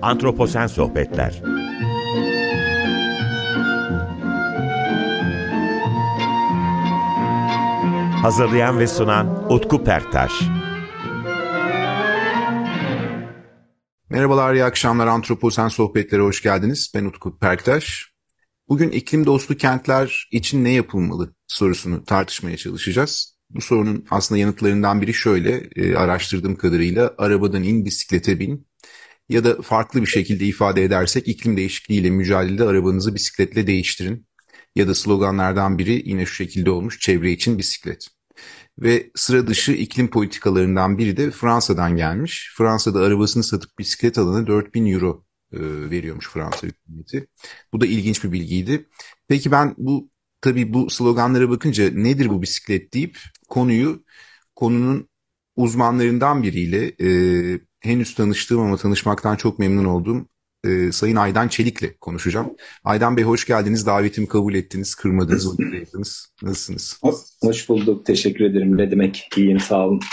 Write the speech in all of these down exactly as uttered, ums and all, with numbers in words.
Antroposen Sohbetler. Hazırlayan ve sunan Utku Perktaş. Merhabalar, iyi akşamlar. Antroposen Sohbetlere hoş geldiniz. Ben Utku Perktaş. Bugün iklim dostu kentler için ne yapılmalı sorusunu tartışmaya çalışacağız. Bu sorunun aslında yanıtlarından biri şöyle, e, araştırdığım kadarıyla arabadan in, bisiklete bin ya da farklı bir şekilde ifade edersek iklim değişikliğiyle mücadelede arabanızı bisikletle değiştirin. Ya da sloganlardan biri yine şu şekilde olmuş, çevre için bisiklet. Ve sıra dışı iklim politikalarından biri de Fransa'dan gelmiş. Fransa'da arabasını satıp bisiklet alana dört bin euro e, veriyormuş Fransa hükümeti. Bu da ilginç bir bilgiydi. Peki ben bu tabii bu sloganlara bakınca nedir bu bisiklet deyip konuyu konunun uzmanlarından biriyle e, henüz tanıştığım ama tanışmaktan çok memnun olduğum e, Sayın Aydan Çelik'le konuşacağım. Aydan Bey hoş geldiniz. Davetimi kabul ettiniz. Kırmadınız, unutmadınız. Nasılsınız? Hoş bulduk. Teşekkür ederim. Ne demek? İyiyim. Sağ olun.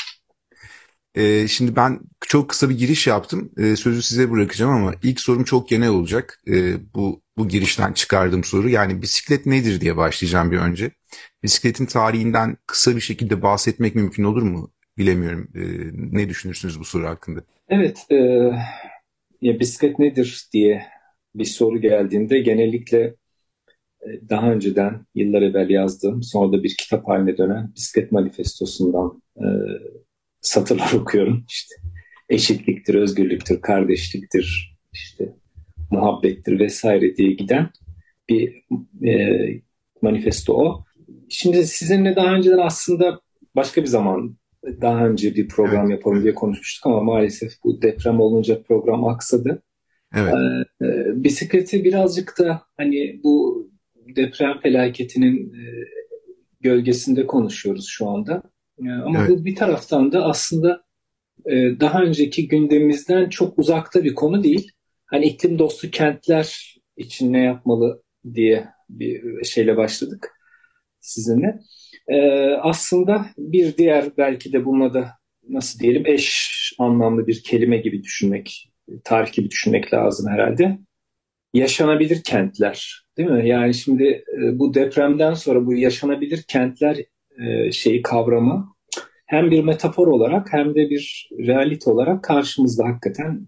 Ee, şimdi ben çok kısa bir giriş yaptım. Ee, sözü size bırakacağım ama ilk sorum çok genel olacak. Ee, bu bu girişten çıkardığım soru. Yani bisiklet nedir diye başlayacağım bir önce. Bisikletin tarihinden kısa bir şekilde bahsetmek mümkün olur mu? Bilemiyorum. Ee, ne düşünürsünüz bu soru hakkında? Evet. E, ya bisiklet nedir diye bir soru geldiğinde genellikle e, daha önceden yıllar evvel yazdığım, sonra da bir kitap haline dönen Bisiklet Manifestosu'ndan e, satırlar okuyorum. İşte eşitliktir, özgürlüktür, kardeşliktir, işte muhabbettir vesaire diye giden bir e, manifesto o. Şimdi sizinle daha önceden aslında başka bir zaman daha önce bir program Evet. yapalım diye konuşmuştuk ama maalesef bu deprem olunca program aksadı. Evet. Ee, e, bisikleti birazcık da hani bu deprem felaketinin e, gölgesinde konuşuyoruz şu anda. E, ama Evet. bu bir taraftan da aslında e, daha önceki gündemimizden çok uzakta bir konu değil. Hani iklim dostu kentler için ne yapmalı diye bir şeyle başladık sizinle. Ee, aslında bir diğer belki de bununla da nasıl diyelim eş anlamlı bir kelime gibi düşünmek, tarih gibi düşünmek lazım herhalde. Yaşanabilir kentler, değil mi? Yani şimdi e, bu depremden sonra bu yaşanabilir kentler e, şeyi kavramı hem bir metafor olarak hem de bir realite olarak karşımızda hakikaten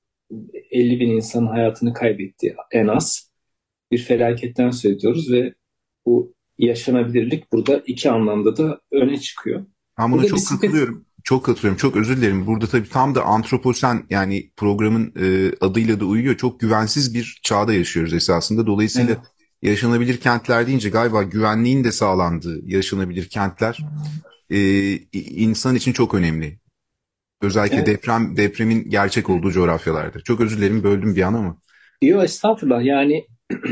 elli bin insanın hayatını kaybetti en az bir felaketten söz ediyoruz ve bu yaşanabilirlik burada iki anlamda da öne çıkıyor. Ben buna Burada çok bisiklet... katılıyorum. Çok katılıyorum. Çok özür dilerim. Burada tabii tam da antroposen yani programın e, adıyla da uyuyor. Çok güvensiz bir çağda yaşıyoruz esasında. Dolayısıyla Evet. yaşanabilir kentler deyince galiba güvenliğin de sağlandığı yaşanabilir kentler e, insan için çok önemli. Özellikle Evet. deprem depremin gerçek olduğu coğrafyalarda. Çok özür dilerim böldüm bir an ama. Yok estağfurullah yani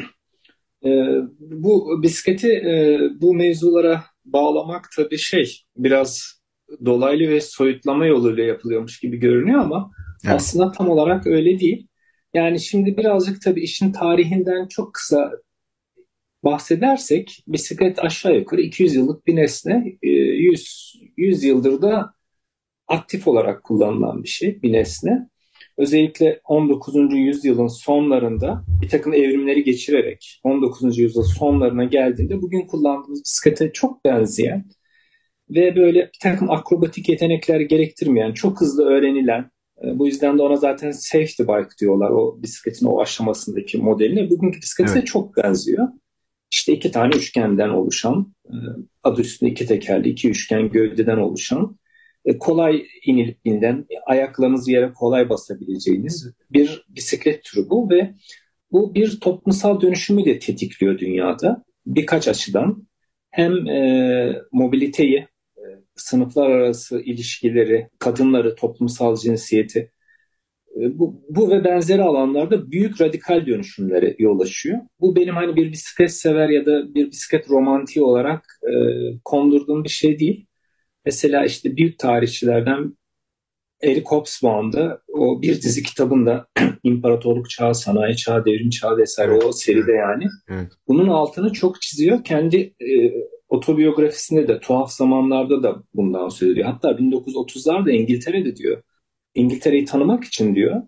e, bu bisikleti e, bu mevzulara bağlamak tabii şey biraz dolaylı ve soyutlama yoluyla yapılıyormuş gibi görünüyor ama Evet. aslında tam olarak öyle değil. Yani şimdi birazcık tabii işin tarihinden çok kısa bahsedersek bisiklet aşağı yukarı iki yüz yıllık bir nesne. yüz, yüz yıldır da aktif olarak kullanılan bir şey, bir nesne. Özellikle on dokuzuncu yüzyılın sonlarında bir takım evrimleri geçirerek on dokuzuncu yüzyıl sonlarına geldiğinde bugün kullandığımız bisiklete çok benzeyen ve böyle bir takım akrobatik yetenekler gerektirmeyen, çok hızlı öğrenilen, bu yüzden de ona zaten safety bike diyorlar o bisikletin o aşamasındaki modeline. Bugünkü bisiklete Evet. de çok benziyor. İşte iki tane üçgenden oluşan, adı üstünde iki tekerli, iki üçgen gövdeden oluşan, kolay inilip binilen, ayaklarınızı yere kolay basabileceğiniz bir bisiklet türü bu ve bu bir toplumsal dönüşümü de tetikliyor dünyada birkaç açıdan. Hem e, mobiliteyi, e, sınıflar arası ilişkileri, kadınları, toplumsal cinsiyeti, Bu, bu ve benzeri alanlarda büyük radikal dönüşümlere yol açıyor. Bu benim hani bir bisiklet sever ya da bir bisiklet romantiği olarak e, kondurduğum bir şey değil. Mesela işte büyük tarihçilerden Eric Hobsbawm da o bir dizi kitabında İmparatorluk Çağı, Sanayi Çağı, Devrim Çağı vesaire Evet. o seride yani. Evet. Bunun altını çok çiziyor. Kendi e, otobiyografisinde de tuhaf zamanlarda da bundan söz ediyor. Hatta bin dokuz yüz otuzlarda İngiltere'de diyor. İngiltere'yi tanımak için diyor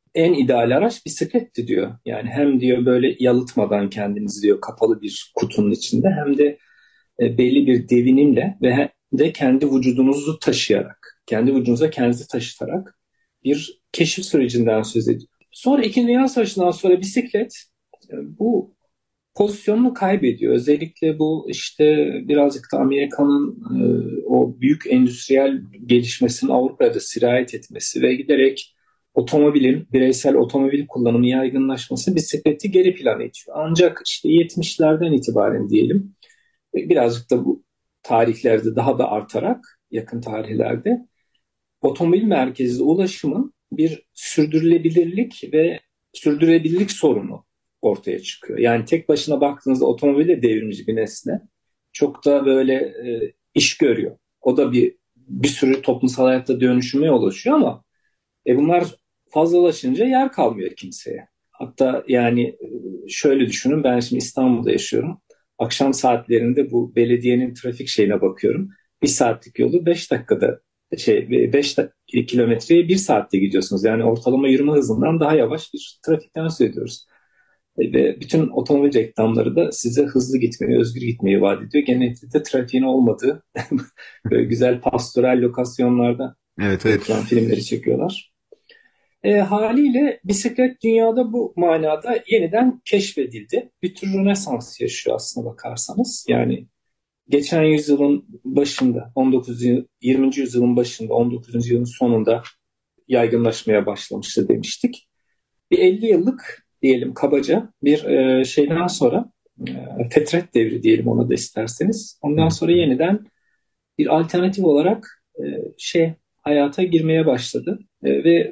en ideal araç bisikletti diyor. Yani hem diyor böyle yalıtmadan kendinizi diyor kapalı bir kutunun içinde, hem de e, belli bir devinimle ve hem de kendi vücudunuzu taşıyarak, kendi vücudunuza kendinizi taşıtarak bir keşif sürecinden söz ediyor. Sonra İkinci Dünya Savaşı'ndan sonra bisiklet e, bu pozisyonunu kaybediyor. Özellikle bu işte birazcık da Amerika'nın e, o büyük endüstriyel gelişmesinin Avrupa'ya da sirayet etmesi ve giderek otomobilin, bireysel otomobil kullanımı yaygınlaşması bisikleti geri plana itiyor. Ancak işte yetmişlerden itibaren diyelim, e, birazcık da bu tarihlerde daha da artarak yakın tarihlerde otomobil merkezli ulaşımın bir sürdürülebilirlik ve sürdürülebilirlik sorunu ortaya çıkıyor. Yani tek başına baktığınızda otomobil de devrimci bir nesne. Çok da böyle e, iş görüyor. O da bir bir sürü toplumsal hayatta dönüşüme yol açıyor ama e, bunlar fazlalaşınca yer kalmıyor kimseye. Hatta yani e, şöyle düşünün, ben şimdi İstanbul'da yaşıyorum. Akşam saatlerinde bu belediyenin trafik şeyine bakıyorum. Bir saatlik yolu beş dakikada şey beş kilometreye bir saatte gidiyorsunuz. Yani ortalama yürüme hızından daha yavaş bir trafikten söz ediyoruz. E, Ve bütün otomobil reklamları da size hızlı gitmeyi, özgür gitmeyi vaat ediyor. Genellikle de trafiğin olmadığı böyle güzel pastoral lokasyonlarda Evet, evet. reklam filmleri çekiyorlar. E, haliyle bisiklet dünyada bu manada yeniden keşfedildi. Bir tür Rönesans yaşıyor aslına bakarsanız. Yani geçen yüzyılın başında, on dokuzuncu yirminci yüzyılın başında, on dokuzuncu yüzyılın sonunda yaygınlaşmaya başlamıştı demiştik. Bir elli yıllık diyelim kabaca bir e, şeyden sonra, e, fetret devri diyelim ona da isterseniz. Ondan Hı. sonra yeniden bir alternatif olarak e, şey hayata girmeye başladı. E, ve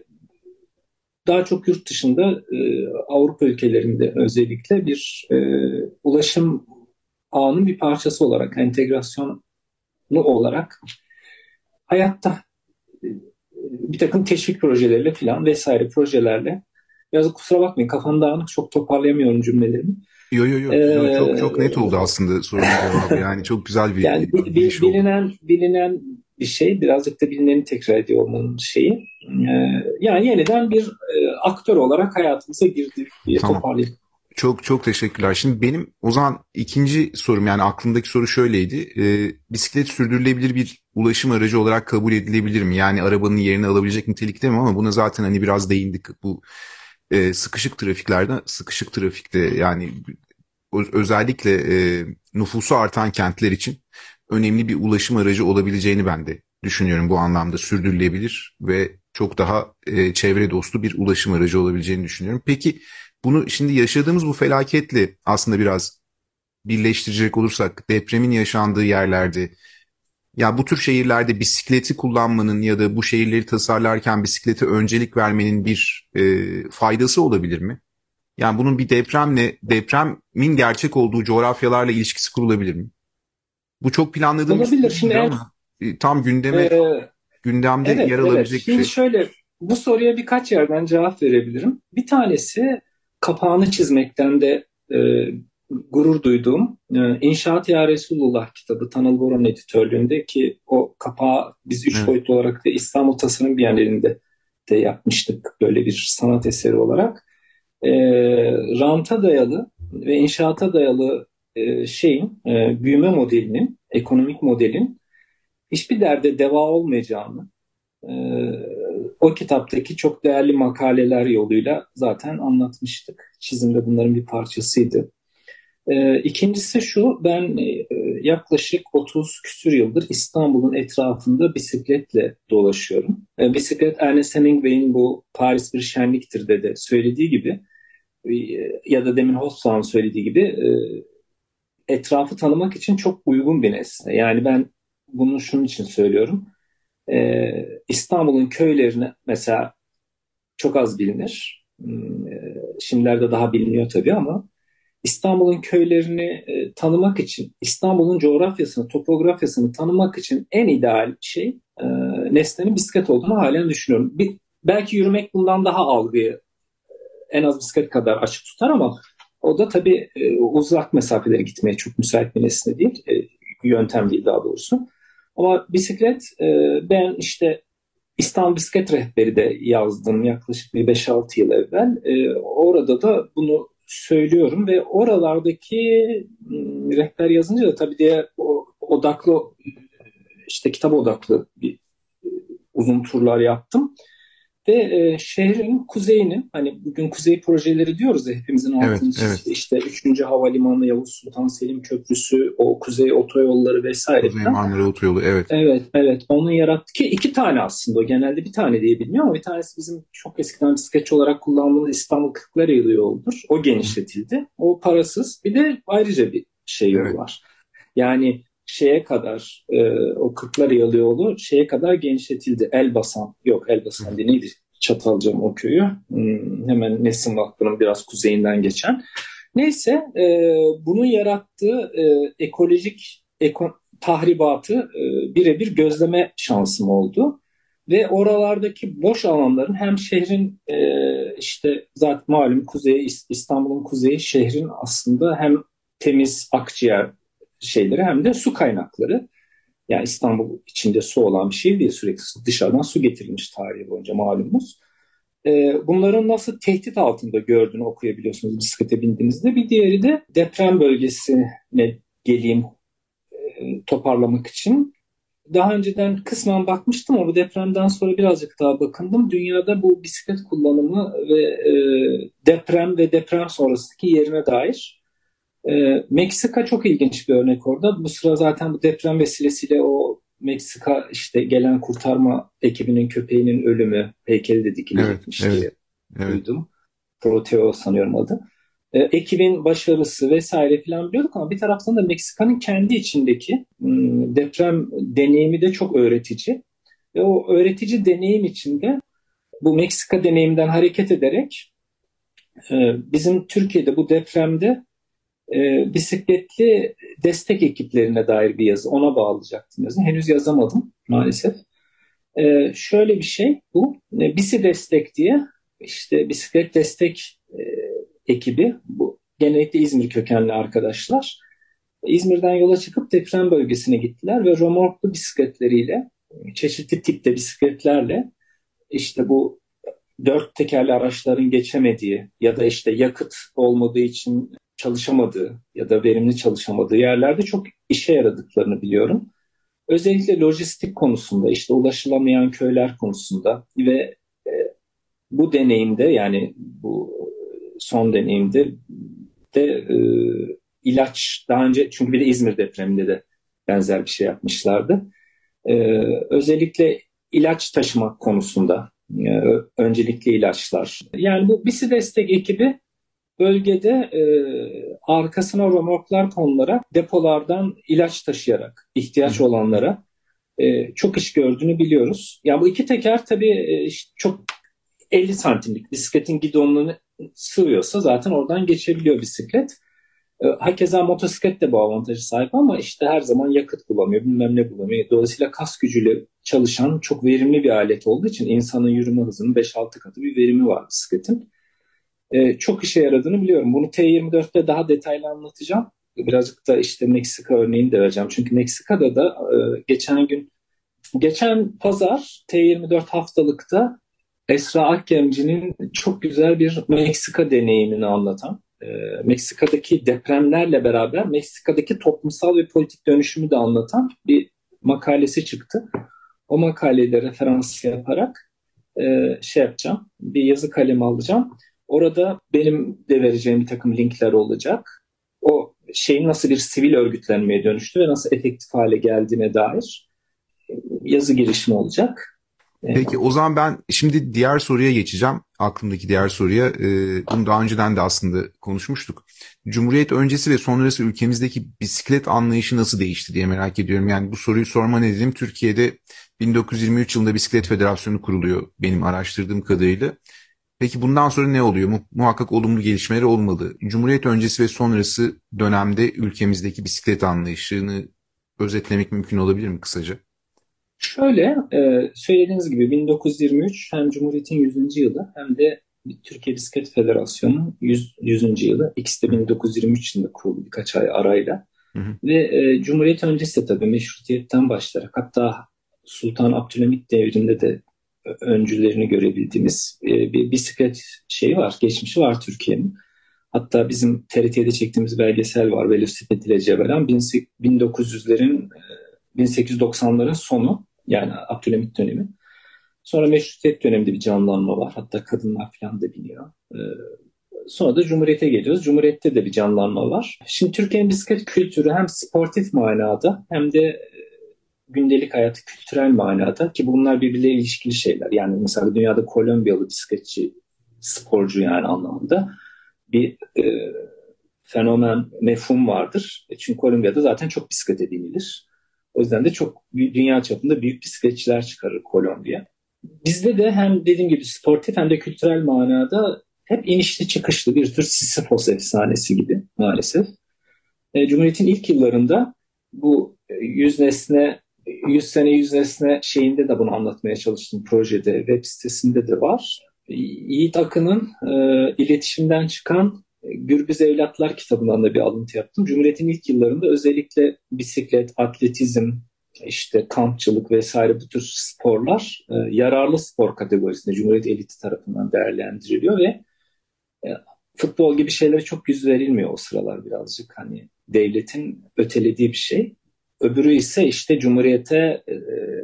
daha çok yurt dışında, e, Avrupa ülkelerinde özellikle bir e, ulaşım ağının bir parçası olarak, entegrasyonlu olarak hayatta, e, bir takım teşvik projeleriyle falan vesaire projelerle. Biraz kusura bakmayın, kafam dağınık, çok toparlayamıyorum cümlelerimi. Yo yo yo yo, Ee, çok çok net oldu aslında sorunun cevabı. Yani çok güzel bir Yani bi- bi- giriş oldu. bilinen bilinen bir şey, birazcık da bilineni tekrar ediyor olmanın şeyi. Ee, yani yeniden bir e, aktör olarak hayatımıza girdi diye Tamam. toparlayayım. Çok çok teşekkürler. Şimdi benim o zaman ikinci sorum, yani aklımdaki soru şöyleydi. Ee, bisiklet sürdürülebilir bir ulaşım aracı olarak kabul edilebilir mi? Yani arabanın yerini alabilecek nitelikte mi? Ama buna zaten hani biraz değindik. Bu e, sıkışık trafiklerde, sıkışık trafikte yani ö- özellikle e, nüfusu artan kentler için önemli bir ulaşım aracı olabileceğini ben de düşünüyorum. Bu anlamda sürdürülebilir ve çok daha e, çevre dostu bir ulaşım aracı olabileceğini düşünüyorum. Peki bunu şimdi yaşadığımız bu felaketle aslında biraz birleştirecek olursak, depremin yaşandığı yerlerde, ya bu tür şehirlerde bisikleti kullanmanın ya da bu şehirleri tasarlarken bisiklete öncelik vermenin bir e, faydası olabilir mi? Yani bunun bir depremle, depremin gerçek olduğu coğrafyalarla ilişkisi kurulabilir mi? Bu çok planladığım bir Olabilir. soru Şimdi değildir eğer ama e, tam gündeme, e, gündemde yer evet evet. alabilecek bir Şimdi şey. şöyle, bu soruya birkaç yerden cevap verebilirim. Bir tanesi, kapağını çizmekten de e, gurur duyduğum e, İnşaat Ya Resulullah kitabı, Tanıl Boran editörlüğünde, ki o kapağı biz üç Evet. boyutlu olarak da İstanbul Tasarım Bienalinde de yapmıştık böyle bir sanat eseri olarak. E, Ranta dayalı ve inşaata dayalı e, şeyin, e, büyüme modelinin, ekonomik modelin hiçbir derde deva olmayacağını e, o kitaptaki çok değerli makaleler yoluyla zaten anlatmıştık. Çizim de bunların bir parçasıydı. E, ikincisi şu, ben e, yaklaşık otuz küsür yıldır İstanbul'un etrafında bisikletle dolaşıyorum. E, bisiklet, Ernest Hemingway'in bu Paris bir şenliktir de de söylediği gibi, e, ya da demin Hobsbawm'ın söylediği gibi, e, etrafı tanımak için çok uygun bir nesne. Yani ben bunu şunun için söylüyorum. Ee, İstanbul'un köylerini mesela çok az bilinir. Hmm, e, Şimdilerde daha biliniyor tabii ama İstanbul'un köylerini e, tanımak için, İstanbul'un coğrafyasını, topografyasını tanımak için en ideal şey, e, nesnenin bisiklet olduğunu halen düşünüyorum. Bir, belki yürümek bundan daha algıyı en az bisiklet kadar açık tutar ama o da tabii e, uzak mesafelere gitmeye çok müsait bir nesne değil, e, yöntem değil daha doğrusu. Ama bisiklet, e, ben işte İstanbul Bisiklet Rehberi de yazdım yaklaşık bir beş altı yıl evvel. E, orada da bunu söylüyorum ve oralardaki m, rehber yazınca da tabii diğer o, odaklı işte kitap odaklı bir e, uzun turlar yaptım. Ve e, şehrin kuzeyini, hani bugün kuzey projeleri diyoruz ya, hepimizin Evet, altını evet. çizdi. İşte üçüncü Havalimanı, Yavuz Sultan Selim Köprüsü, o kuzey otoyolları vesaire Kuzey falan. Marmara Otoyolu, evet. Evet, evet. Onun yarattığı ki iki tane aslında o. Genelde bir tane diye biliniyor ama bir tanesi bizim çok eskiden bisikletçi olarak kullandığımız İstanbul Kırklareli yoludur. O genişletildi. O parasız. Bir de ayrıca bir şey yolu Evet. var. Yani şeye kadar e, o Kırklareli yolu şeye kadar genişletildi. Elbasan, yok Elbasan değil, neydi? Çatalca'nın o köyü. Hmm, hemen Nesin Vakfı'nın biraz kuzeyinden geçen. Neyse, e, bunun yarattığı e, ekolojik eko, tahribatı e, birebir gözleme şansım oldu. Ve oralardaki boş alanların hem şehrin e, işte zaten malum kuzeyi, İstanbul'un kuzeyi şehrin aslında hem temiz akciğer şeyleri hem de su kaynakları. Yani İstanbul içinde su olan bir şey değil, sürekli dışarıdan su getirilmiş tarihi boyunca malumunuz. Ee, bunların nasıl tehdit altında gördüğünü okuyabiliyorsunuz bisiklete bindiğinizde. Bir diğeri de deprem bölgesine geleyim e, toparlamak için. Daha önceden kısmen bakmıştım ama bu depremden sonra birazcık daha bakındım. Dünyada bu bisiklet kullanımı ve e, deprem ve deprem sonrasındaki yerine dair. E, Meksika çok ilginç bir örnek orada. Bu sıra zaten bu deprem vesilesiyle o Meksika işte gelen kurtarma ekibinin köpeğinin ölümü, heykeli de Evet, dikilecekmiş evet, diye evet. duydum. Proteo sanıyorum adı. E, ekibin başarısı vesaire filan biliyorduk ama bir taraftan da Meksika'nın kendi içindeki m, deprem deneyimi de çok öğretici. Ve o öğretici deneyim içinde bu Meksika deneyiminden hareket ederek e, bizim Türkiye'de bu depremde e, bisikletli destek ekiplerine dair bir yazı. Ona bağlayacaktım yazı. Henüz yazamadım maalesef. E, şöyle bir şey bu. E, Bisi Destek diye işte bisiklet destek e, ekibi. Bu genellikle İzmir kökenli arkadaşlar. İzmir'den yola çıkıp deprem bölgesine gittiler ve römorklu bisikletleriyle, çeşitli tipte bisikletlerle işte bu dört tekerli araçların geçemediği ya da işte yakıt olmadığı için çalışamadığı ya da verimli çalışamadığı yerlerde çok işe yaradıklarını biliyorum. Özellikle lojistik konusunda, işte ulaşılamayan köyler konusunda ve e, bu deneyimde, yani bu son deneyimde de e, ilaç daha önce, çünkü bir de İzmir depreminde de benzer bir şey yapmışlardı. E, özellikle ilaç taşımak konusunda e, öncelikli ilaçlar. Yani bu Bisi Destek ekibi bölgede e, arkasına römorklar konularak depolardan ilaç taşıyarak Hı ihtiyaç hı. olanlara e, çok iş gördüğünü biliyoruz. Ya bu iki teker tabii e, işte çok elli santimlik bisikletin gidonunu sığıyorsa zaten oradan geçebiliyor bisiklet. E, Hakeza motosiklet de bu avantajı sahip ama işte her zaman yakıt bulamıyor, bilmem ne bulamıyor. Dolayısıyla kas gücüyle çalışan çok verimli bir alet olduğu için insanın yürüme hızının beş altı katı bir verimi var bisikletin. E, çok işe yaradığını biliyorum. Bunu T yirmi dörtte daha detaylı anlatacağım. Birazcık da işte Meksika örneğini de vereceğim. Çünkü Meksika'da da e, geçen gün, geçen pazar T yirmi dört haftalıkta Esra Akgemci'nin çok güzel bir Meksika deneyimini anlatan, e, Meksika'daki depremlerle beraber Meksika'daki toplumsal ve politik dönüşümü de anlatan bir makalesi çıktı. O makalede referans yaparak e, şey yapacağım, bir yazı kalemi alacağım. Orada benim de vereceğim bir takım linkler olacak. O şeyin nasıl bir sivil örgütlenmeye dönüştü ve nasıl efektif hale geldiğine dair yazı girişimi olacak. E, Peki o zaman ben şimdi diğer soruya geçeceğim. Aklımdaki diğer soruya. Ee, bunu daha önceden de aslında konuşmuştuk. Cumhuriyet öncesi ve sonrası ülkemizdeki bisiklet anlayışı nasıl değişti diye merak ediyorum. Yani bu soruyu sorma nedenim, Türkiye'de bin dokuz yüz yirmi üç yılında Bisiklet Federasyonu kuruluyor benim araştırdığım kadarıyla. Peki bundan sonra ne oluyor? Mu- muhakkak olumlu gelişmeler olmalı. Cumhuriyet öncesi ve sonrası dönemde ülkemizdeki bisiklet anlayışını özetlemek mümkün olabilir mi kısaca? Şöyle, e, söylediğiniz gibi bin dokuz yüz yirmi üç hem Cumhuriyet'in yüzüncü yılı hem de Türkiye Bisiklet Federasyonu'nun yüz, yüzüncü yılı. İkisi de bin dokuz yüz yirmi üç yılında kuruldu, birkaç ay arayla. Hı hı. Ve e, Cumhuriyet öncesi de tabii meşrutiyetten başlayarak, hatta Sultan Abdülhamit devrinde de öncülerini görebildiğimiz bir bisiklet şeyi var, geçmişi var Türkiye'nin. Hatta bizim T R T'de çektiğimiz belgesel var, Velosiped ile Cebelen, bin dokuz yüzlerin, bin sekiz yüz doksanların sonu, yani Abdülhamit dönemi. Sonra Meşrutiyet döneminde bir canlanma var, hatta kadınlar falan da biniyor. Sonra da Cumhuriyet'e geliyoruz. Cumhuriyet'te de bir canlanma var. Şimdi Türkiye'nin bisiklet kültürü hem sportif manada hem de gündelik hayatı kültürel manada, ki bunlar birbirleriyle ilişkili şeyler. Yani mesela dünyada Kolombiyalı bisikletçi, sporcu yani anlamında bir e, fenomen, mefhum vardır. Çünkü Kolombiya'da zaten çok bisiklete binilir. O yüzden de çok dünya çapında büyük bisikletçiler çıkarır Kolombiya. Bizde de hem dediğim gibi sportif hem de kültürel manada hep inişli çıkışlı bir tür Sisyphos efsanesi gibi maalesef. E, Cumhuriyet'in ilk yıllarında bu yüz nesne, yüz sene yüz nesne şeyinde de bunu anlatmaya çalıştım projede, web sitesinde de var. Yiğit Akın'ın e, iletişimden çıkan Gürbüz Evlatlar kitabından da bir alıntı yaptım. Cumhuriyet'in ilk yıllarında özellikle bisiklet, atletizm, işte kampçılık vesaire bu tür sporlar e, yararlı spor kategorisinde Cumhuriyet eliti tarafından değerlendiriliyor ve e, futbol gibi şeylere çok yüz verilmiyor o sıralar, birazcık hani devletin ötelediği bir şey. Öbürü ise işte Cumhuriyet'e e,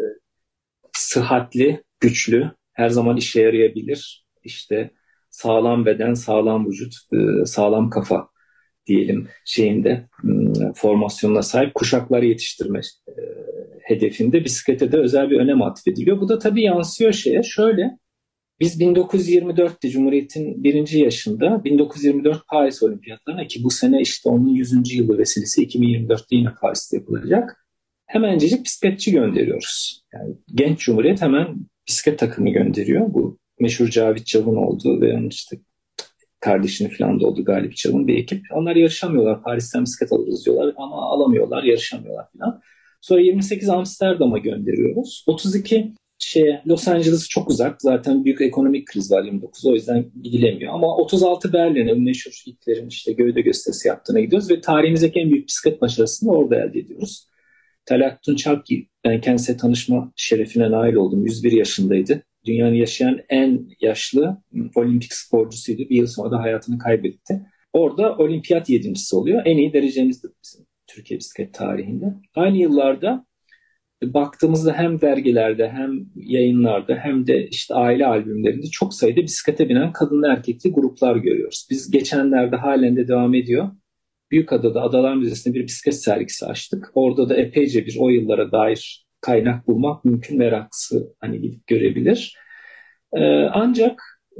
sıhhatli, güçlü, her zaman işe yarayabilir, işte sağlam beden, sağlam vücut, e, sağlam kafa diyelim şeyinde, formasyonuna sahip kuşakları yetiştirme e, hedefinde bisiklete de özel bir önem atfediliyor. Bu da tabii yansıyor şeye. Şöyle, biz bin dokuz yüz yirmi dörtte Cumhuriyet'in birinci yaşında, bin dokuz yüz yirmi dört Paris Olimpiyatlarına, ki bu sene işte onun yüzüncü yılı vesilesi iki bin yirmi dörtte yine Paris'te yapılacak, hemencecik bisikletçi gönderiyoruz. Yani genç Cumhuriyet hemen bisiklet takımı gönderiyor. Bu meşhur Cavit Çalın oldu ve onun işte kardeşini falan da oldu, Galip Çalın bir ekip. Onlar yarışamıyorlar. Paris'ten bisiklet alırız diyorlar ama alamıyorlar, yarışamıyorlar falan. Sonra yirmi sekiz Amsterdam'a gönderiyoruz. otuz iki şeye, Los Angeles çok uzak. Zaten büyük ekonomik kriz var yirmi dokuz. O yüzden gidilemiyor. Ama otuz altı Berlin'e, meşhur Hitler'in işte gövde gösterisi yaptığına gidiyoruz ve tarihimizdeki en büyük bisiklet başarısını orada elde ediyoruz. Talat Tunçalp, ben kendisiyle tanışma şerefine nail oldum. yüz bir yaşındaydı. Dünyanın yaşayan en yaşlı olimpik sporcusuydu. Bir yıl sonra da hayatını kaybetti. Orada olimpiyat yedincisi oluyor. En iyi derecemizdir bizim Türkiye bisiklet tarihinde. Aynı yıllarda baktığımızda hem dergilerde hem yayınlarda hem de işte aile albümlerinde çok sayıda bisiklete binen kadınlı erkekli gruplar görüyoruz. Biz geçenlerde halen de devam ediyor. Büyükada'da Adalar Müzesi'nde bir bisiklet sergisi açtık. Orada da epeyce bir o yıllara dair kaynak bulmak mümkün, meraklısı hani gidip görebilir. Ee, ancak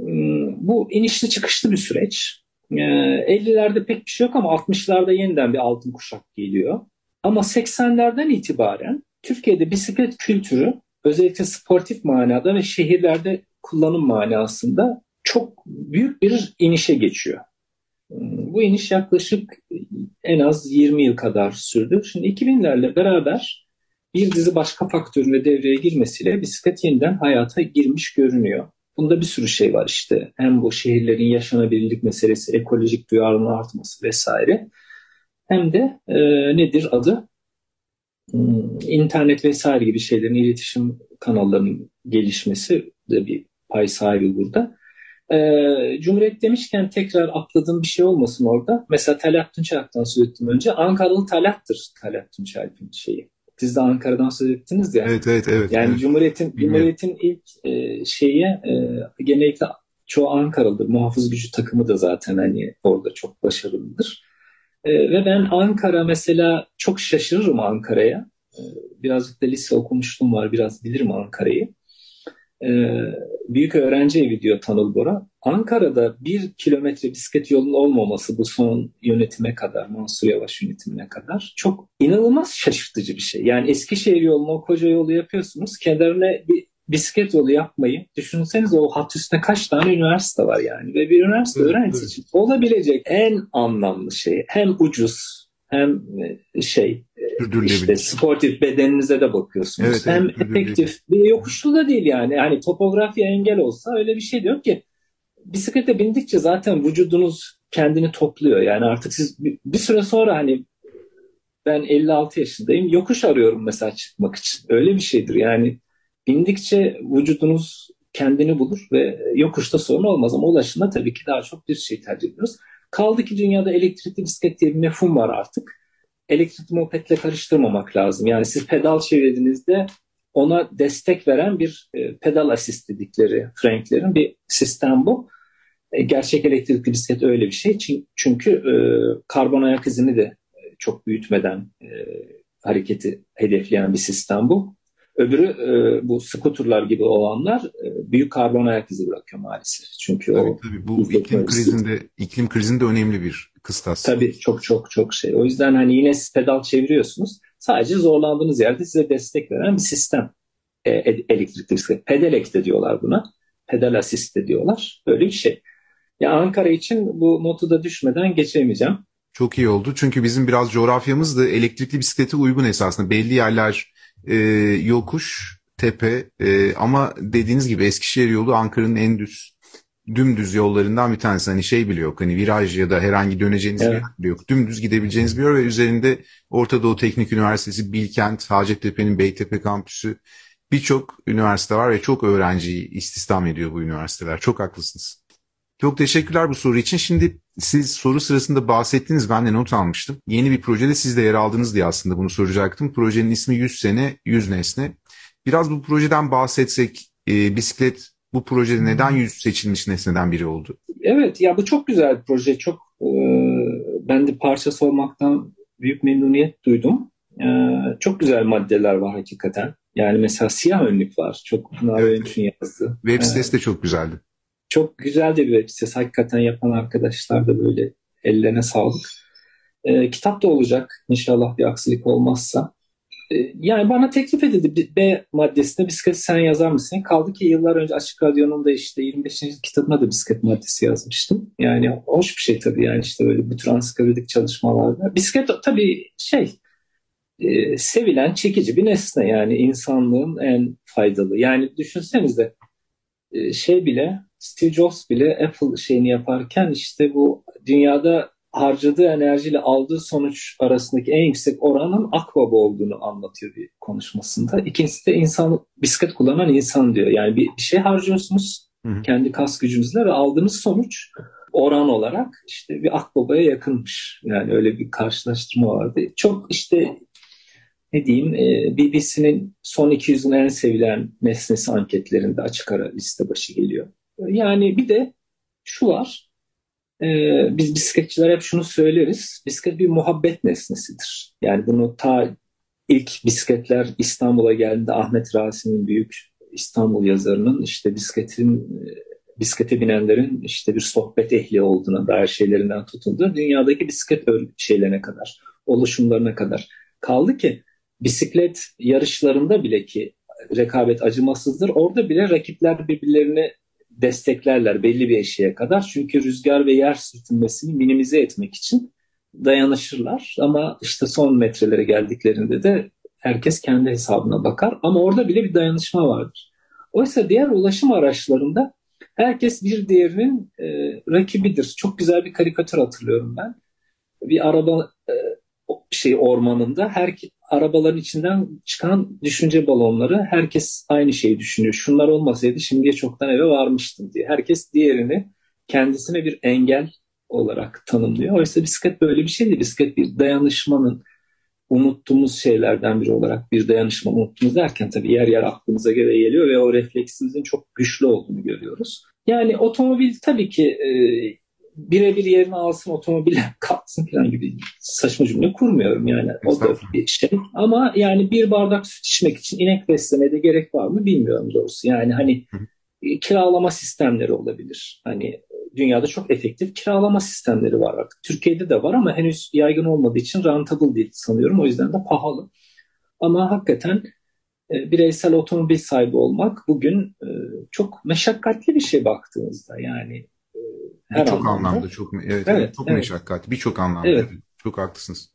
bu inişli çıkışlı bir süreç. Ee, ellilerde pek bir şey yok ama altmışlarda yeniden bir altın kuşak geliyor. Ama seksenlerden itibaren Türkiye'de bisiklet kültürü özellikle sportif manada ve şehirlerde kullanım manasında çok büyük bir inişe geçiyor. Bu iniş yaklaşık en az yirmi yıl kadar sürdü. Şimdi iki binlerle beraber bir dizi başka faktörün de devreye girmesiyle bisiklet yeniden hayata girmiş görünüyor. Bunda bir sürü şey var işte. Hem bu şehirlerin yaşanabilirlik meselesi, ekolojik duyarlılığın artması vesaire. Hem de e, nedir adı? Hmm, İnternet vesaire gibi şeylerin, iletişim kanallarının gelişmesi de bir pay sahibi burada. Ee, Cumhuriyet demişken tekrar atladığım bir şey olmasın orada. Mesela Talat Tunçalp'tan söz ettim önce. Ankaralı Talat'tır Talat Tunçalp'in şeyi. Siz de Ankara'dan söz ettiniz ya. Evet, evet, evet. Yani evet. Cumhuriyet'in Cumhuriyet'in ilk e, şeyi e, genellikle çoğu Ankaralıdır. Muhafız gücü takımı da zaten hani orada çok başarılıdır. E, ve ben Ankara mesela çok şaşırırım Ankara'ya. E, birazcık da lise okumuşluğum var. Biraz bilirim Ankara'yı. Ee, büyük öğrenci evi diyor Tanıl Bora. Ankara'da bir kilometre bisiklet yolunun olmaması bu son yönetime kadar, Mansur Yavaş yönetimine kadar çok inanılmaz şaşırtıcı bir şey. Yani Eskişehir yolunu, o koca yolu yapıyorsunuz. Kenarına bir bisiklet yolu yapmayı düşünseniz, o hat üstüne kaç tane üniversite var yani. Ve bir üniversite evet, öğrencisi evet. için olabilecek en anlamlı şey. Hem ucuz hem şey işte sportif bedeninize de bakıyorsunuz. Evet, hem evet, efektif. Bir yokuşlu da değil yani. Hani topografiye engel olsa öyle bir şey de yok ki. Bisiklete bindikçe zaten vücudunuz kendini topluyor. Yani artık siz bir, bir süre sonra hani ben elli altı yaşındayım. Yokuş arıyorum mesela çıkmak için. Öyle bir şeydir. Yani bindikçe vücudunuz kendini bulur ve yokuşta sorun olmaz ama ulaşımda tabii ki daha çok düz şey tercih ediyoruz. Kaldı ki dünyada elektrikli bisiklet diye bir mefhum var artık. Elektrikli mopetle karıştırmamak lazım. Yani siz pedal çevirdiğinizde ona destek veren bir e, pedal assist dedikleri Frank'lerin bir sistem bu. E, gerçek elektrikli bisiklet öyle bir şey. Çünkü e, karbon ayak izini de çok büyütmeden e, hareketi hedefleyen bir sistem bu. Öbürü e, bu skuterlar gibi olanlar e, büyük karbon ayak izi bırakıyor maalesef. Çünkü tabii, o tabii. Bu iklim krizinde iklim krizinde önemli bir kıstas. Tabii çok çok çok şey. O yüzden hani yine siz pedal çeviriyorsunuz. Sadece zorlandığınız yerde size destek veren bir sistem. E, elektrikli bisiklet. Pedelec de diyorlar buna. Pedal assist de diyorlar. Böyle bir şey. Ya Ankara için bu notu da düşmeden geçemeyeceğim. Çok iyi oldu. Çünkü bizim biraz coğrafyamız da elektrikli bisiklete uygun esasında. Belli yerler e, yokuş, tepe e, ama dediğiniz gibi Eskişehir yolu Ankara'nın en düz, dümdüz yollarından bir tanesi. Hani şey bile yok. Hani viraj ya da herhangi döneceğiniz evet. bir yer bile yok. Dümdüz gidebileceğiniz bir yer ve üzerinde Orta Doğu Teknik Üniversitesi, Bilkent, Hacettepe'nin Beytepe kampüsü birçok üniversite var ve çok öğrenciyi istihdam ediyor bu üniversiteler. Çok haklısınız. Çok teşekkürler bu soru için. Şimdi siz soru sırasında bahsettiniz, ben de not almıştım. Yeni bir projede siz de yer aldınız diye aslında bunu soracaktım. Projenin ismi yüz sene, yüz nesne. Biraz bu projeden bahsetsek, e, bisiklet bu projede neden yüz seçilmiş nesneden biri oldu? Evet, ya bu çok güzel bir proje. Çok e, ben de parçası olmaktan büyük memnuniyet duydum. E, çok güzel maddeler var hakikaten. Yani mesela siyah önlük var. Çok Pınar evet. Öğünç'ün yazdığı. Web sitesi de çok güzeldi. Çok güzel de bir web sitesi. Hakikaten yapan arkadaşlar da böyle ellerine sağlık. E, kitap da olacak inşallah bir aksilik olmazsa. E, yani bana teklif edildi. B maddesinde bisiklet sen yazar mısın? Kaldı ki yıllar önce Açık Radyo'nun da işte yirmi beşinci kitabına da bisiklet maddesi yazmıştım. Yani hoş bir şey tabii yani işte böyle bu tür ansiklopedic çalışmalarda. Bisiklet tabii şey e, sevilen çekici bir nesne yani insanlığın en faydalı. Yani düşünsenize e, şey bile Steve Jobs bile Apple şeyini yaparken işte bu dünyada harcadığı enerjiyle aldığı sonuç arasındaki en yüksek oranın Akbaba olduğunu anlatıyor bir konuşmasında. İkincisi de insan, bisiklet kullanan insan diyor. Yani bir, bir şey harcıyorsunuz hı hı. kendi kas gücünüzle ve aldığınız sonuç oran olarak işte bir Akbaba'ya yakınmış. Yani öyle bir karşılaştırma vardı. Çok işte ne diyeyim B B C'nin son iki yüzün en sevilen nesnesi anketlerinde açık ara liste başı geliyor. Yani bir de şu var, e, biz bisikletçiler hep şunu söyleriz, bisiklet bir muhabbet nesnesidir. Yani bunu ta ilk bisikletler İstanbul'a geldiğinde Ahmet Rasim'in büyük İstanbul yazarının işte bisikletin, bisiklete binenlerin işte bir sohbet ehli olduğuna dair şeylerinden tutundu. Dünyadaki bisiklet şeylerine kadar, oluşumlarına kadar. Kaldı ki bisiklet yarışlarında bile ki rekabet acımasızdır. Orada bile rakipler birbirlerini desteklerler belli bir eşiğe kadar. Çünkü rüzgar ve yer sürtünmesini minimize etmek için dayanışırlar. Ama işte son metrelere geldiklerinde de herkes kendi hesabına bakar. Ama orada bile bir dayanışma vardır. Oysa diğer ulaşım araçlarında herkes bir diğerinin e, rakibidir. Çok güzel bir karikatür hatırlıyorum ben. Bir araba e, şey ormanında her arabaların içinden çıkan düşünce balonları herkes aynı şeyi düşünüyor. Şunlar olmasaydı şimdiye çoktan eve varmıştım diye. Herkes diğerini kendisine bir engel olarak tanımlıyor. Oysa bisiklet böyle bir şey değil. Bisiklet bir dayanışmanın unuttuğumuz şeylerden biri olarak bir dayanışma unuttuğumuz derken tabii yer yer aklımıza göre geliyor ve o refleksimizin çok güçlü olduğunu görüyoruz. Yani otomobil tabii ki e, birebir yerini alsın otomobille kalksın falan gibi saçma cümle kurmuyorum yani o da bir şey ama yani bir bardak süt içmek için inek beslemeye de gerek var mı bilmiyorum doğrusu yani hani kiralama sistemleri olabilir hani dünyada çok efektif kiralama sistemleri var artık Türkiye'de de var ama henüz yaygın olmadığı için rentable değil sanıyorum o yüzden de pahalı ama hakikaten e, bireysel otomobil sahibi olmak bugün e, çok meşakkatli bir şey baktığınızda yani her çok anlamda. anlamda çok evet, evet, evet çok evet. meşakkatli birçok anlamda evet. Çok haklısınız.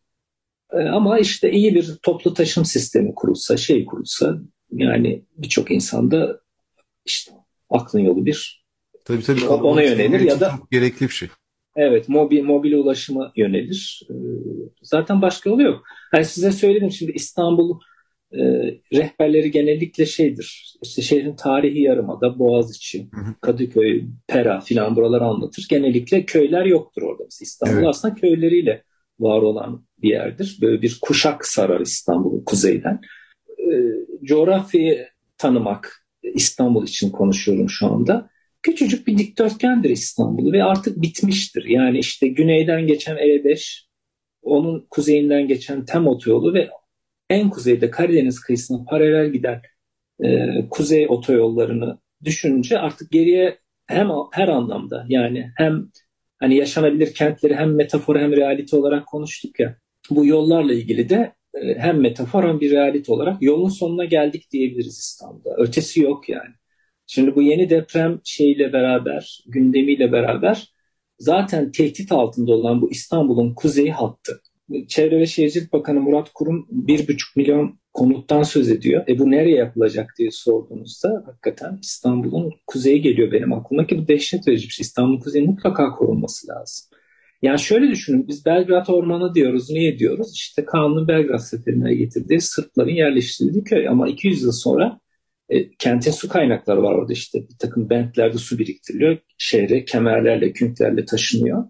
Ama işte iyi bir toplu taşım sistemi kurulsa, şey kurulsa yani birçok insanda işte aklın yolu bir tabii, tabii, ona yönelir ya da çok gerekli bir şey. Evet, mobil mobil ulaşıma yönelir. Zaten başka yolu yok. Yani size söyledim şimdi İstanbul e, rehberleri genellikle şeydir. İşte şehrin tarihi yarımada, Boğaziçi, Kadıköy, Pera filan buraları anlatır. Genellikle köyler yoktur orada. Mesela İstanbul Evet. aslında köyleriyle var olan bir yerdir. Böyle bir kuşak sarar İstanbul'u kuzeyden. E, coğrafyayı tanımak, İstanbul için konuşuyorum şu anda. Küçücük bir dikdörtgendir İstanbul ve artık bitmiştir. Yani işte güneyden geçen E beş, onun kuzeyinden geçen TEM otoyolu ve en kuzeyde Karadeniz kıyısına paralel giden e, kuzey otoyollarını düşününce artık geriye hem her anlamda, yani hem hani yaşanabilir kentleri hem metafor hem realite olarak konuştuk ya, bu yollarla ilgili de e, hem metafor hem bir realite olarak yolun sonuna geldik diyebiliriz İstanbul'da. Ötesi yok yani. Şimdi bu yeni deprem şeyiyle beraber, gündemiyle beraber zaten tehdit altında olan bu İstanbul'un kuzeyi hattı. Çevre ve Şehircilik Bakanı Murat Kurum bir buçuk milyon konuttan söz ediyor. E bu nereye yapılacak diye sorduğunuzda hakikaten İstanbul'un kuzeyi geliyor benim aklıma, ki bu dehşet verici bir şey. İstanbul'un kuzeyi mutlaka korunması lazım. Yani şöyle düşünün, biz Belgrad Ormanı diyoruz. Niye diyoruz? İşte Kanuni Belgrad Seferi'ne getirdiği Sırpların yerleştirildiği köy. Ama iki yüz yıl sonra e, kentin su kaynakları var orada işte. Bir takım bentlerde su biriktiriliyor. Şehre kemerlerle, künklerle taşınıyor.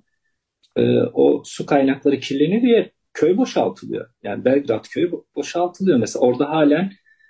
E, o su kaynakları kirleniyor diye köy boşaltılıyor. Yani Belgrad köyü boşaltılıyor. Mesela orada halen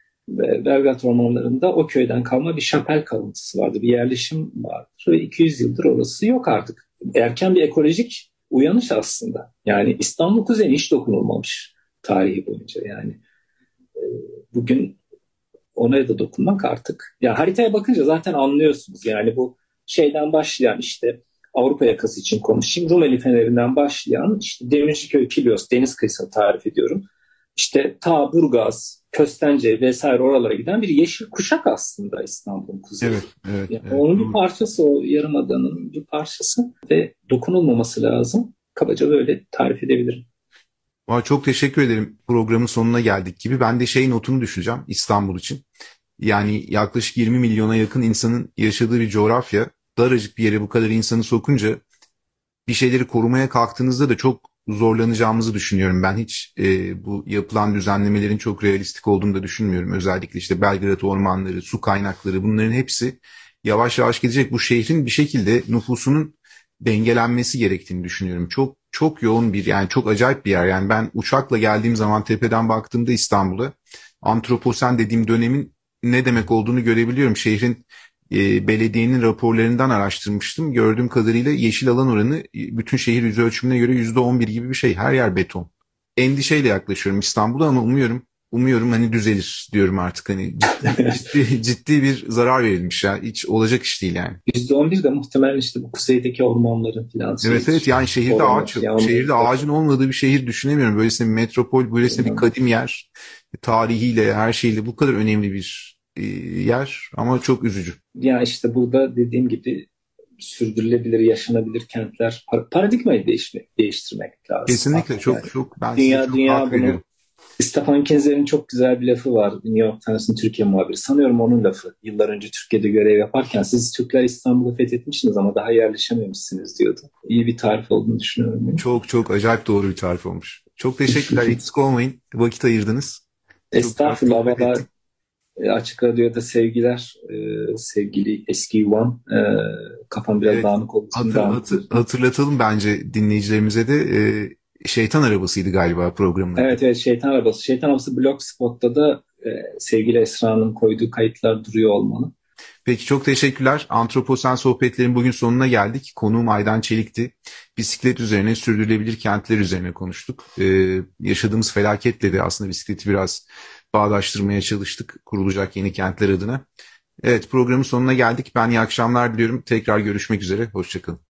e, Belgrad ormanlarında o köyden kalma bir şapel kalıntısı vardı. Bir yerleşim vardır ve iki yüz yıldır orası yok artık. Erken bir ekolojik uyanış aslında. Yani İstanbul kuzeyine hiç dokunulmamış tarihi boyunca. Yani e, bugün ona da dokunmak artık. Ya haritaya bakınca zaten anlıyorsunuz. Yani bu şeyden başlayan, işte Avrupa yakası için konuşayım, Rumeli Feneri'nden başlayan işte Demirciköy, Kilyos, deniz kıyısını tarif ediyorum. İşte ta Burgaz, Köstence vesaire oralara giden bir yeşil kuşak aslında İstanbul'un kuzeyi. Evet, evet, Yani evet. onun bir parçası, o yarımadanın bir parçası ve dokunulmaması lazım. Kabaca böyle tarif edebilirim. Vay, çok teşekkür ederim. Programın sonuna geldik gibi. Ben de şey notunu düşeceğim İstanbul için. Yani yaklaşık yirmi milyona yakın insanın yaşadığı bir coğrafya. Daracık bir yere bu kadar insanı sokunca bir şeyleri korumaya kalktığınızda da çok zorlanacağımızı düşünüyorum. Ben hiç e, bu yapılan düzenlemelerin çok realistik olduğunu da düşünmüyorum. Özellikle işte Belgrad ormanları, su kaynakları, bunların hepsi yavaş yavaş gidecek. Bu şehrin bir şekilde nüfusunun dengelenmesi gerektiğini düşünüyorum. Çok çok yoğun bir, yani çok acayip bir yer. Yani ben uçakla geldiğim zaman tepeden baktığımda İstanbul'a, antroposen dediğim dönemin ne demek olduğunu görebiliyorum. Şehrin e, belediyenin raporlarından araştırmıştım. Gördüğüm kadarıyla yeşil alan oranı e, bütün şehir yüz ölçümüne göre yüzde on bir gibi bir şey. Her yer beton. Endişeyle yaklaşıyorum İstanbul'a ama umuyorum umuyorum hani düzelir diyorum artık. Hani ciddi, ciddi bir zarar verilmiş ya. Hiç olacak iş değil yani. yüzde on bir de muhtemelen işte bu kuzeydeki ormanların falan Evet evet, yani şehirde oranı, ağaç yok. yağmur, Şehirde ağacın olmadığı bir şehir düşünemiyorum. Böylesine bir metropol, böylesine bir kadim yer. Tarihiyle, her şeyle bu kadar önemli bir e, yer ama çok üzücü. Ya işte burada dediğim gibi sürdürülebilir, yaşanabilir kentler, par- paradigmayı değişmek, değiştirmek lazım. Kesinlikle çok Yani çok ben size dünya çok dünya hak bunu, veriyorum. Stefan Kinzer'in çok güzel bir lafı var. New York Times'ın Türkiye muhabiri. Sanıyorum onun lafı. Yıllar önce Türkiye'de görev yaparken siz Türkler İstanbul'u fethetmişsiniz ama daha yerleşememişsiniz diyordu. İyi bir tarif olduğunu düşünüyorum. Değil mi? Çok çok acayip doğru bir tarif olmuş. Çok teşekkürler. Eksik olmayın. Vakit ayırdınız. Estağfurullah. Valla e, Açık Radyo'da sevgiler. E, sevgili eski yuvam. E, kafam biraz Evet, dağınık olduğu için hatır, dağınık. hatır, hatırlatalım bence dinleyicilerimize de. E, Şeytan Arabası'ydı galiba programın adı. Evet evet, Şeytan Arabası. Şeytan Arabası Blogspot'ta da e, sevgili Esra'nın koyduğu kayıtlar duruyor olmalı. Peki, çok teşekkürler. Antroposen sohbetlerin bugün sonuna geldik. Konuğum Aydan Çelik'ti. Bisiklet üzerine, sürdürülebilir kentler üzerine konuştuk. Ee, yaşadığımız felaketle de aslında bisikleti biraz bağdaştırmaya çalıştık. Kurulacak yeni kentler adına. Evet, programın sonuna geldik. Ben iyi akşamlar diliyorum. Tekrar görüşmek üzere. Hoşçakalın.